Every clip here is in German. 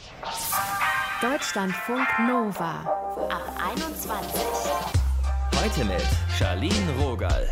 Deutschlandfunk Nova ab 21. Heute mit Charlene Rogal.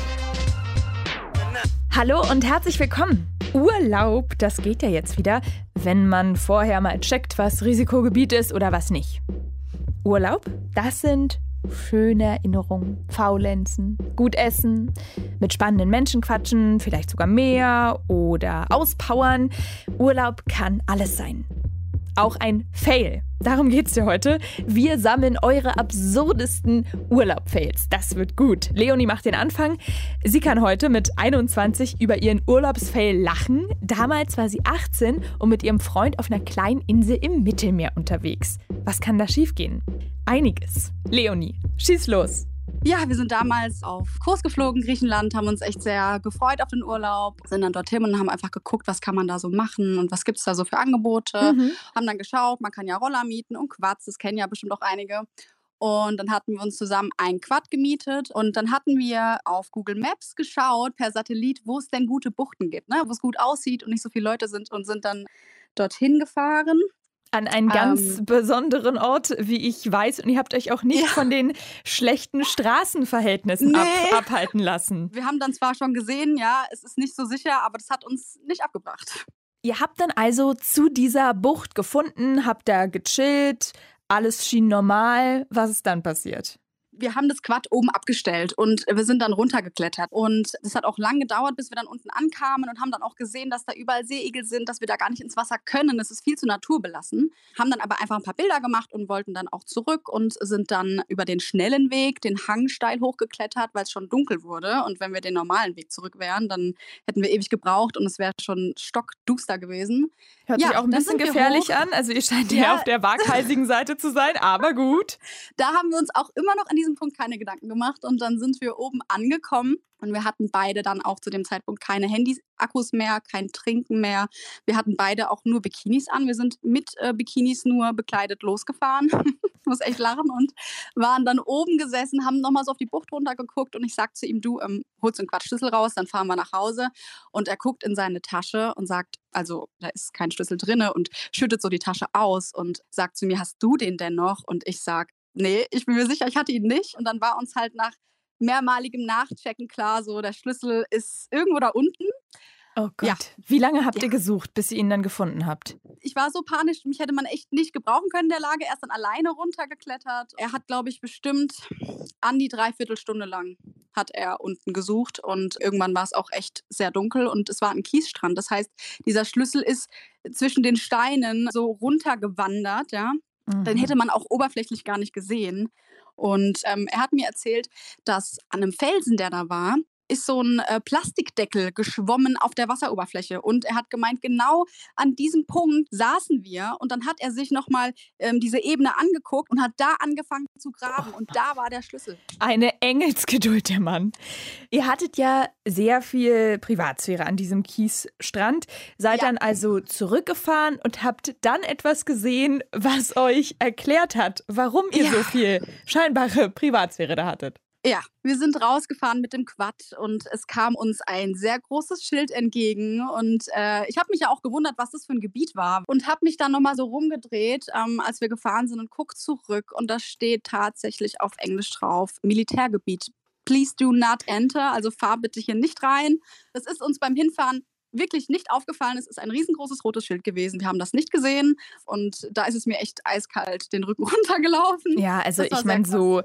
Hallo und herzlich willkommen. Urlaub, das geht ja jetzt wieder, wenn man vorher mal checkt, was Risikogebiet ist oder was nicht. Urlaub, das sind schöne Erinnerungen, faulenzen, gut essen, mit spannenden Menschen quatschen, vielleicht sogar mehr oder auspowern. Urlaub kann alles sein. Auch ein Fail. Darum geht's dir heute. Wir sammeln eure absurdesten Urlaub-Fails. Das wird gut. Leonie macht den Anfang. Sie kann heute mit 21 über ihren Urlaubsfail lachen. Damals war sie 18 und mit ihrem Freund auf einer kleinen Insel im Mittelmeer unterwegs. Was kann da schiefgehen? Einiges. Leonie, schieß los. Ja, wir sind damals auf Kurs geflogen, Griechenland, haben uns echt sehr gefreut auf den Urlaub, sind dann dorthin und haben einfach geguckt, was kann man da so machen und was gibt es da so für Angebote. Haben dann geschaut, man kann ja Roller mieten und Quads, das kennen ja bestimmt auch einige. Und dann hatten wir uns zusammen einen Quad gemietet und dann hatten wir auf Google Maps geschaut, per Satellit, wo es denn gute Buchten gibt, ne? Wo es gut aussieht und nicht so viele Leute sind und sind dann dorthin gefahren. An einen ganz besonderen Ort, wie ich weiß. Und ihr habt euch auch nicht von den schlechten Straßenverhältnissen abhalten lassen. Wir haben dann zwar schon gesehen, ja, es ist nicht so sicher, aber das hat uns nicht abgebracht. Ihr habt dann also zu dieser Bucht gefunden, habt da gechillt, alles schien normal. Was ist dann passiert? Wir haben das Quad oben abgestellt und wir sind dann runtergeklettert. Und es hat auch lang gedauert, bis wir dann unten ankamen und haben dann auch gesehen, dass da überall Seeigel sind, dass wir da gar nicht ins Wasser können. Es ist viel zu naturbelassen. Haben dann aber einfach ein paar Bilder gemacht und wollten dann auch zurück und sind dann über den schnellen Weg, den Hang steil hochgeklettert, weil es schon dunkel wurde. Und wenn wir den normalen Weg zurück wären, dann hätten wir ewig gebraucht und es wäre schon stockduster gewesen. Hört sich auch ein bisschen gefährlich an. Also ihr scheint ja auf der waghalsigen Seite zu sein, aber gut. Da haben wir uns auch immer noch an diesem Punkt keine Gedanken gemacht und dann sind wir oben angekommen und wir hatten beide dann auch zu dem Zeitpunkt keine Handys-Akkus mehr, kein Trinken mehr. Wir hatten beide auch nur Bikinis an. Wir sind mit Bikinis nur bekleidet losgefahren. Ich muss echt lachen und waren dann oben gesessen, haben nochmal so auf die Bucht runtergeguckt und ich sag zu ihm, du, holst den Quatschschlüssel raus, dann fahren wir nach Hause. Und er guckt in seine Tasche und sagt, also da ist kein Schlüssel drin und schüttet so die Tasche aus und sagt zu mir, hast du den denn noch? Und ich sag, nee, ich bin mir sicher, ich hatte ihn nicht. Und dann war uns halt nach mehrmaligem Nachchecken klar, so der Schlüssel ist irgendwo da unten. Oh Gott. Ja. Wie lange habt ihr gesucht, bis ihr ihn dann gefunden habt? Ich war so panisch, mich hätte man echt nicht gebrauchen können in der Lage. Er ist dann alleine runtergeklettert. Er hat, glaube ich, bestimmt an die 3/4 Stunde lang hat er unten gesucht. Und irgendwann war es auch echt sehr dunkel und es war ein Kiesstrand. Das heißt, dieser Schlüssel ist zwischen den Steinen so runtergewandert, ja. Den hätte man auch oberflächlich gar nicht gesehen. Und er hat mir erzählt, dass an einem Felsen, der da war, ist so ein Plastikdeckel geschwommen auf der Wasseroberfläche. Und er hat gemeint, genau an diesem Punkt saßen wir. Und dann hat er sich nochmal diese Ebene angeguckt und hat da angefangen zu graben. Und da war der Schlüssel. Eine Engelsgeduld, der Mann. Ihr hattet ja sehr viel Privatsphäre an diesem Kiesstrand. Seid dann also zurückgefahren und habt dann etwas gesehen, was euch erklärt hat, warum ihr so viel scheinbare Privatsphäre da hattet. Ja, wir sind rausgefahren mit dem Quad und es kam uns ein sehr großes Schild entgegen und ich habe mich ja auch gewundert, was das für ein Gebiet war und habe mich dann nochmal so rumgedreht, als wir gefahren sind und guck zurück und da steht tatsächlich auf Englisch drauf, Militärgebiet. Please do not enter, also fahr bitte hier nicht rein. Das ist uns beim Hinfahren wirklich nicht aufgefallen. Es ist ein riesengroßes rotes Schild gewesen. Wir haben das nicht gesehen und da ist es mir echt eiskalt den Rücken runtergelaufen. Ja, also ich meine, so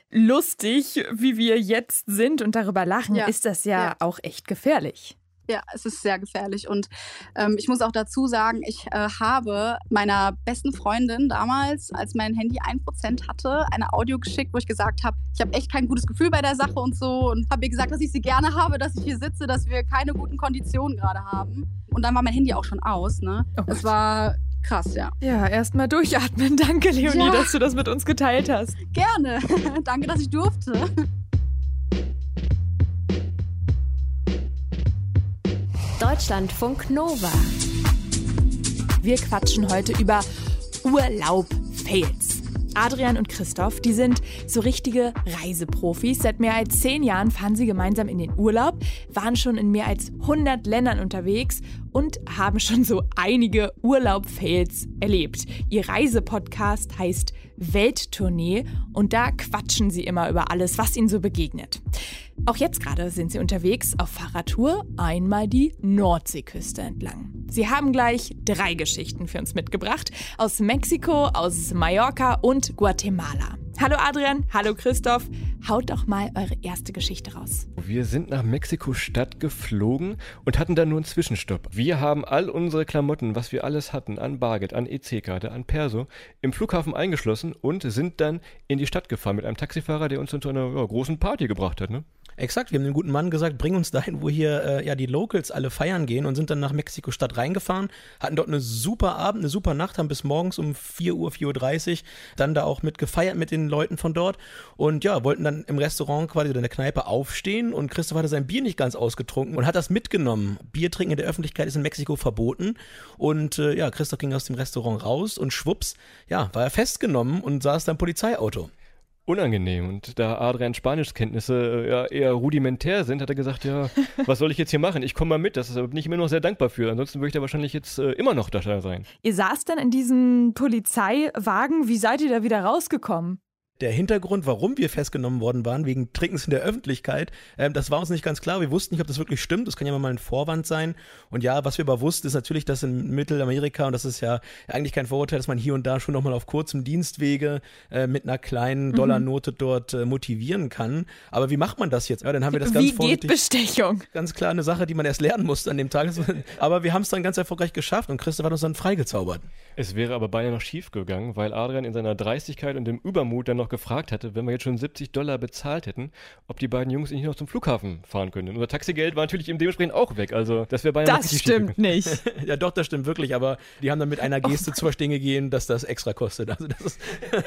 lustig, wie wir jetzt sind und darüber lachen, ist das ja auch echt gefährlich. Ja, es ist sehr gefährlich und ich muss auch dazu sagen, ich habe meiner besten Freundin damals, als mein Handy 1% hatte, eine Audio geschickt, wo ich gesagt habe, ich habe echt kein gutes Gefühl bei der Sache und so und habe ihr gesagt, dass ich sie gerne habe, dass ich hier sitze, dass wir keine guten Konditionen gerade haben. Und dann war mein Handy auch schon aus, ne? Oh es war krass, ja. Ja, erstmal durchatmen. Danke, Leonie, dass du das mit uns geteilt hast. Gerne. Danke, dass ich durfte. Deutschlandfunk Nova. Wir quatschen heute über Urlaub-Fails. Adrian und Christoph, die sind so richtige Reiseprofis. Seit mehr als 10 Jahren fahren sie gemeinsam in den Urlaub, waren schon in mehr als 100 Ländern unterwegs und haben schon so einige Urlaub-Fails erlebt. Ihr Reisepodcast heißt Welttournee und da quatschen sie immer über alles, was ihnen so begegnet. Auch jetzt gerade sind sie unterwegs auf Fahrradtour, einmal die Nordseeküste entlang. Sie haben gleich 3 Geschichten für uns mitgebracht, aus Mexiko, aus Mallorca und Guatemala. Hallo Adrian, hallo Christoph, haut doch mal eure erste Geschichte raus. Wir sind nach Mexiko-Stadt geflogen und hatten dann nur einen Zwischenstopp. Wir haben all unsere Klamotten, was wir alles hatten, an Bargeld, an EC-Karte, an Perso, im Flughafen eingeschlossen und sind dann in die Stadt gefahren mit einem Taxifahrer, der uns zu einer großen Party gebracht hat, ne? Exakt, wir haben dem guten Mann gesagt, bring uns dahin, wo hier die Locals alle feiern gehen und sind dann nach Mexiko-Stadt reingefahren, hatten dort eine super Abend, eine super Nacht, haben bis morgens um 4:30 Uhr dann da auch mit gefeiert mit den Leuten von dort und ja, wollten dann im Restaurant quasi oder in der Kneipe aufstehen und Christoph hatte sein Bier nicht ganz ausgetrunken und hat das mitgenommen. Bier trinken in der Öffentlichkeit ist in Mexiko verboten und Christoph ging aus dem Restaurant raus und schwupps, war er festgenommen und saß da im Polizeiauto. Unangenehm. Und da Adrians Spanischkenntnisse eher rudimentär sind, hat er gesagt, was soll ich jetzt hier machen? Ich komme mal mit. Das bin ich immer noch sehr dankbar für. Ansonsten würde ich da wahrscheinlich jetzt immer noch da sein. Ihr saßt dann in diesem Polizeiwagen. Wie seid ihr da wieder rausgekommen? Der Hintergrund, warum wir festgenommen worden waren, wegen Trinkens in der Öffentlichkeit, das war uns nicht ganz klar. Wir wussten nicht, ob das wirklich stimmt. Das kann ja mal ein Vorwand sein. Und ja, was wir aber wussten, ist natürlich, dass in Mittelamerika, und das ist ja eigentlich kein Vorurteil, dass man hier und da schon nochmal auf kurzem Dienstwege mit einer kleinen Dollarnote dort motivieren kann. Aber wie macht man das jetzt? Ja, dann haben wir das ganz vorsichtig. Wie geht Bestechung? Ganz klar eine Sache, die man erst lernen musste an dem Tag. Aber wir haben es dann ganz erfolgreich geschafft und Christoph hat uns dann freigezaubert. Es wäre aber beinahe noch schief gegangen, weil Adrian in seiner Dreistigkeit und dem Übermut dann noch gefragt hatte, wenn wir jetzt schon $70 bezahlt hätten, ob die beiden Jungs nicht noch zum Flughafen fahren können. Unser Taxigeld war natürlich dementsprechend auch weg. Also das wäre beinahe noch richtig schief gegangen. Das stimmt nicht. Ja doch, das stimmt wirklich, aber die haben dann mit einer Geste zu verstehen gegeben, dass das extra kostet. Also das ist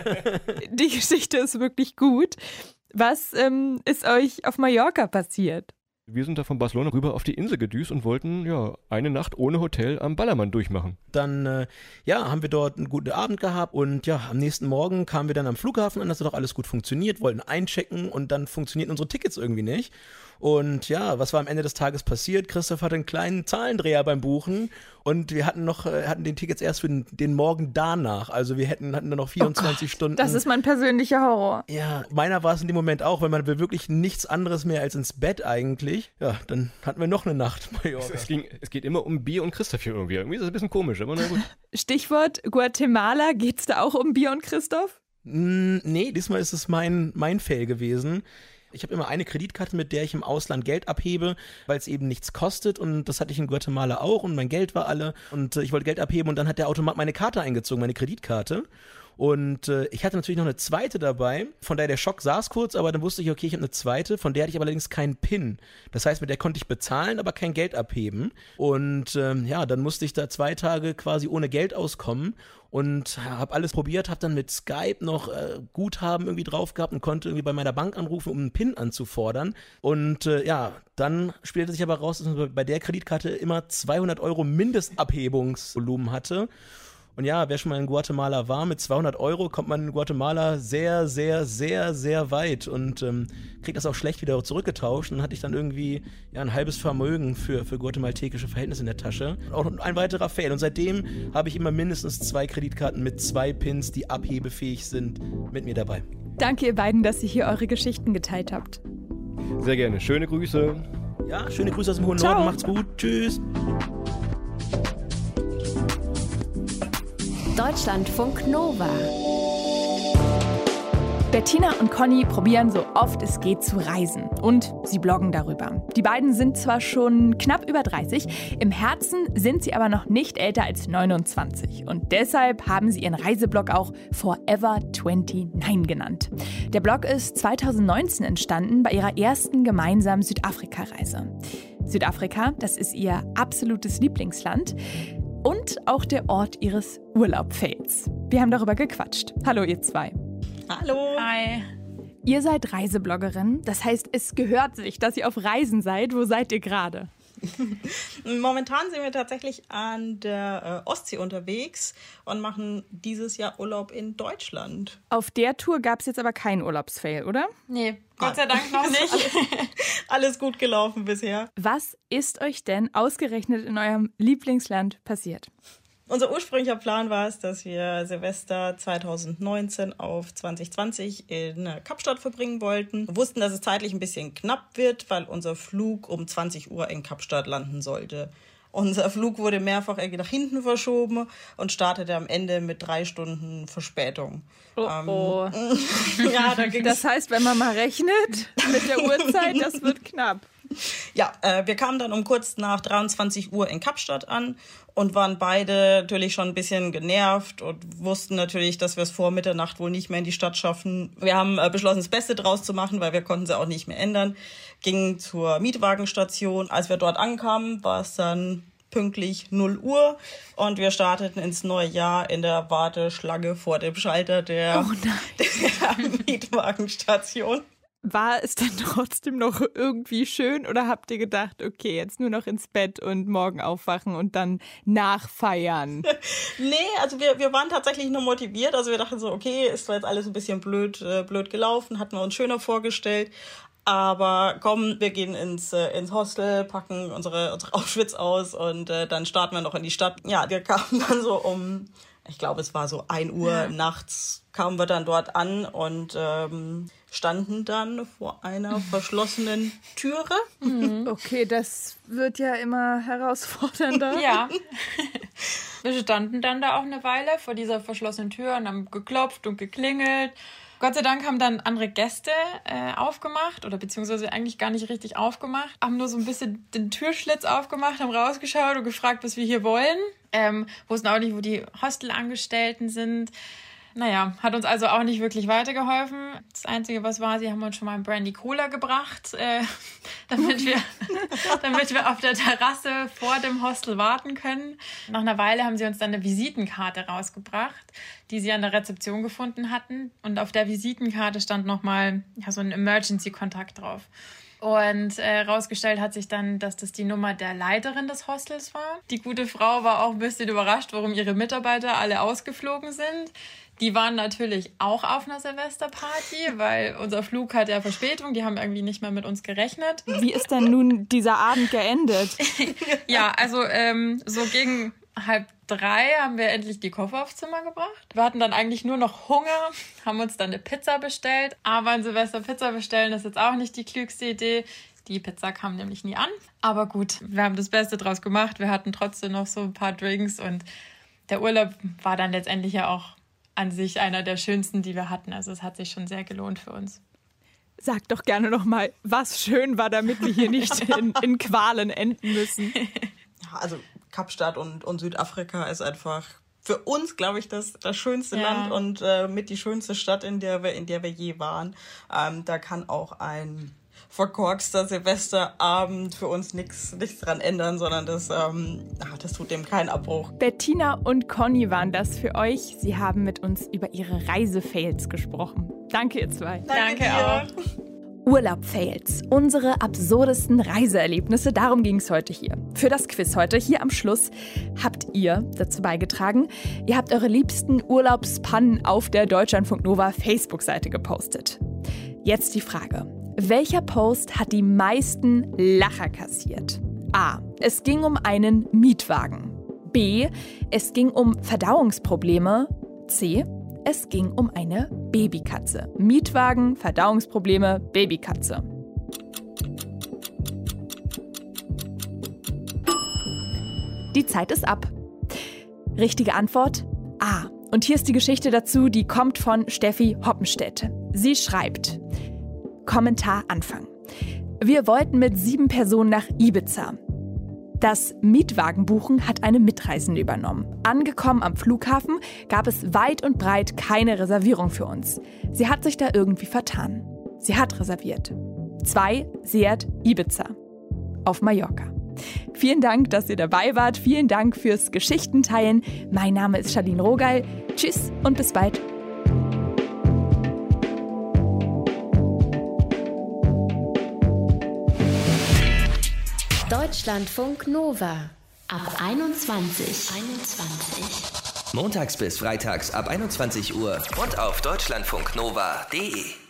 die Geschichte ist wirklich gut. Was ist euch auf Mallorca passiert? Wir sind da von Barcelona rüber auf die Insel gedüst und wollten eine Nacht ohne Hotel am Ballermann durchmachen. Dann haben wir dort einen guten Abend gehabt und am nächsten Morgen kamen wir dann am Flughafen an, dass doch alles gut funktioniert, wollten einchecken und dann funktionierten unsere Tickets irgendwie nicht. Und was war am Ende des Tages passiert? Christoph hatte einen kleinen Zahlendreher beim Buchen und wir hatten den Tickets erst für den Morgen danach. Also wir hatten dann noch 24 Stunden. Das ist mein persönlicher Horror. Ja, meiner war es in dem Moment auch, weil man will wirklich nichts anderes mehr als ins Bett eigentlich. Ja, dann hatten wir noch eine Nacht. Es geht immer um Bier und Christoph hier irgendwie. Irgendwie ist das ein bisschen komisch, aber na gut. Stichwort Guatemala, geht's da auch um Bier und Christoph? Nee, diesmal ist es mein Fail gewesen. Ich habe immer eine Kreditkarte, mit der ich im Ausland Geld abhebe, weil es eben nichts kostet und das hatte ich in Guatemala auch und mein Geld war alle und ich wollte Geld abheben und dann hat der Automat meine Karte eingezogen, meine Kreditkarte. Und ich hatte natürlich noch eine zweite dabei, von der Schock saß kurz, aber dann wusste ich, okay, ich habe eine zweite, von der hatte ich aber allerdings keinen PIN. Das heißt, mit der konnte ich bezahlen, aber kein Geld abheben. Und dann musste ich da 2 Tage quasi ohne Geld auskommen und habe alles probiert, habe dann mit Skype noch Guthaben irgendwie drauf gehabt und konnte irgendwie bei meiner Bank anrufen, um einen PIN anzufordern. Und dann spielte sich aber raus, dass man bei der Kreditkarte immer 200 € Mindestabhebungsvolumen hatte. Und wer schon mal in Guatemala war, mit 200 € kommt man in Guatemala sehr, sehr, sehr, sehr weit und kriegt das auch schlecht wieder zurückgetauscht. Und dann hatte ich dann irgendwie ein halbes Vermögen für guatemaltekische Verhältnisse in der Tasche. Auch ein weiterer Fail. Und seitdem habe ich immer mindestens 2 Kreditkarten mit 2 Pins, die abhebefähig sind, mit mir dabei. Danke ihr beiden, dass ihr hier eure Geschichten geteilt habt. Sehr gerne. Schöne Grüße. Ja, schöne Grüße aus dem hohen Ciao. Norden. Macht's gut. Tschüss. Deutschlandfunk Nova. Bettina und Conny probieren so oft es geht zu reisen und sie bloggen darüber. Die beiden sind zwar schon knapp über 30, im Herzen sind sie aber noch nicht älter als 29 und deshalb haben sie ihren Reiseblog auch Forever 29 genannt. Der Blog ist 2019 entstanden bei ihrer ersten gemeinsamen Südafrika-Reise. Südafrika, das ist ihr absolutes Lieblingsland und auch der Ort ihres Urlaub-Fails. Wir haben darüber gequatscht. Hallo ihr zwei. Hallo. Hi. Ihr seid Reisebloggerin, das heißt, es gehört sich, dass ihr auf Reisen seid. Wo seid ihr gerade? Momentan sind wir tatsächlich an der Ostsee unterwegs und machen dieses Jahr Urlaub in Deutschland. Auf der Tour gab es jetzt aber keinen Urlaubsfail, oder? Nee, Gott sei Dank noch nicht. Alles gut gelaufen bisher. Was ist euch denn ausgerechnet in eurem Lieblingsland passiert? Unser ursprünglicher Plan war es, dass wir Silvester 2019 auf 2020 in Kapstadt verbringen wollten. Wir wussten, dass es zeitlich ein bisschen knapp wird, weil unser Flug um 20 Uhr in Kapstadt landen sollte. Unser Flug wurde mehrfach irgendwie nach hinten verschoben und startete am Ende mit 3 Stunden Verspätung. Oh. Ja, das heißt, wenn man mal rechnet mit der Uhrzeit, das wird knapp. Ja, wir kamen dann um kurz nach 23 Uhr in Kapstadt an und waren beide natürlich schon ein bisschen genervt und wussten natürlich, dass wir es vor Mitternacht wohl nicht mehr in die Stadt schaffen. Wir haben beschlossen, das Beste draus zu machen, weil wir konnten sie auch nicht mehr ändern. Gingen zur Mietwagenstation. Als wir dort ankamen, war es dann pünktlich 0 Uhr und wir starteten ins neue Jahr in der Warteschlange vor dem Schalter der Mietwagenstation. War es dann trotzdem noch irgendwie schön oder habt ihr gedacht, okay, jetzt nur noch ins Bett und morgen aufwachen und dann nachfeiern? Nee, also wir waren tatsächlich nur motiviert. Also wir dachten so, okay, ist zwar jetzt alles ein bisschen blöd gelaufen, hatten wir uns schöner vorgestellt. Aber komm, wir gehen ins Hostel, packen unsere Auschwitz aus und dann starten wir noch in die Stadt. Ja, wir kamen dann so ich glaube, es war so 1 Uhr nachts, kamen wir dann dort an und standen dann vor einer verschlossenen Türe. Okay, das wird ja immer herausfordernder. Ja. Wir standen dann da auch eine Weile vor dieser verschlossenen Tür und haben geklopft und geklingelt. Gott sei Dank haben dann andere Gäste aufgemacht oder beziehungsweise eigentlich gar nicht richtig aufgemacht, haben nur so ein bisschen den Türschlitz aufgemacht, haben rausgeschaut und gefragt, was wir hier wollen. Wussten auch nicht, wo die Hostelangestellten sind. Naja, hat uns also auch nicht wirklich weitergeholfen. Das Einzige, was war, sie haben uns schon mal einen Brandy Cola gebracht, damit wir auf der Terrasse vor dem Hostel warten können. Nach einer Weile haben sie uns dann eine Visitenkarte rausgebracht, die sie an der Rezeption gefunden hatten. Und auf der Visitenkarte stand nochmal so ein Emergency-Kontakt drauf. Und rausgestellt hat sich dann, dass das die Nummer der Leiterin des Hostels war. Die gute Frau war auch ein bisschen überrascht, warum ihre Mitarbeiter alle ausgeflogen sind. Die waren natürlich auch auf einer Silvesterparty, weil unser Flug hat ja Verspätung. Die haben irgendwie nicht mehr mit uns gerechnet. Wie ist denn nun dieser Abend geendet? Ja, also so gegen 2:30 haben wir endlich die Koffer aufs Zimmer gebracht. Wir hatten dann eigentlich nur noch Hunger, haben uns dann eine Pizza bestellt. Aber ein Silvester-Pizza bestellen ist jetzt auch nicht die klügste Idee. Die Pizza kam nämlich nie an. Aber gut, wir haben das Beste draus gemacht. Wir hatten trotzdem noch so ein paar Drinks und der Urlaub war dann letztendlich ja auch an sich einer der schönsten, die wir hatten. Also es hat sich schon sehr gelohnt für uns. Sag doch gerne noch mal, was schön war, damit wir hier nicht in Qualen enden müssen. Ja, also Kapstadt und Südafrika ist einfach für uns, glaube ich, das schönste Land und mit die schönste Stadt, in der wir je waren. Da kann auch ein verkorkster Silvesterabend für uns nichts dran ändern, sondern das tut dem keinen Abbruch. Bettina und Conny waren das für euch. Sie haben mit uns über ihre Reisefails gesprochen. Danke, ihr zwei. Danke auch. Urlaub-Fails, unsere absurdesten Reiseerlebnisse, darum ging es heute hier. Für das Quiz heute, hier am Schluss, habt ihr dazu beigetragen. Ihr habt eure liebsten Urlaubspannen auf der Deutschlandfunk Nova Facebook-Seite gepostet. Jetzt die Frage: Welcher Post hat die meisten Lacher kassiert? A. Es ging um einen Mietwagen. B. Es ging um Verdauungsprobleme. C. Es ging um eine Babykatze. Mietwagen, Verdauungsprobleme, Babykatze. Die Zeit ist ab. Richtige Antwort: A. Und hier ist die Geschichte dazu, die kommt von Steffi Hoppenstedt. Sie schreibt: Kommentar Anfang. Wir wollten mit 7 Personen nach Ibiza. Das Mietwagenbuchen hat eine Mitreisende übernommen. Angekommen am Flughafen gab es weit und breit keine Reservierung für uns. Sie hat sich da irgendwie vertan. Sie hat reserviert. 2 Seat Ibiza auf Mallorca. Vielen Dank, dass ihr dabei wart. Vielen Dank fürs Geschichtenteilen. Mein Name ist Charlene Rogal. Tschüss und bis bald. Deutschlandfunk Nova. Ab 21. Montags bis freitags ab 21 Uhr und auf deutschlandfunknova.de.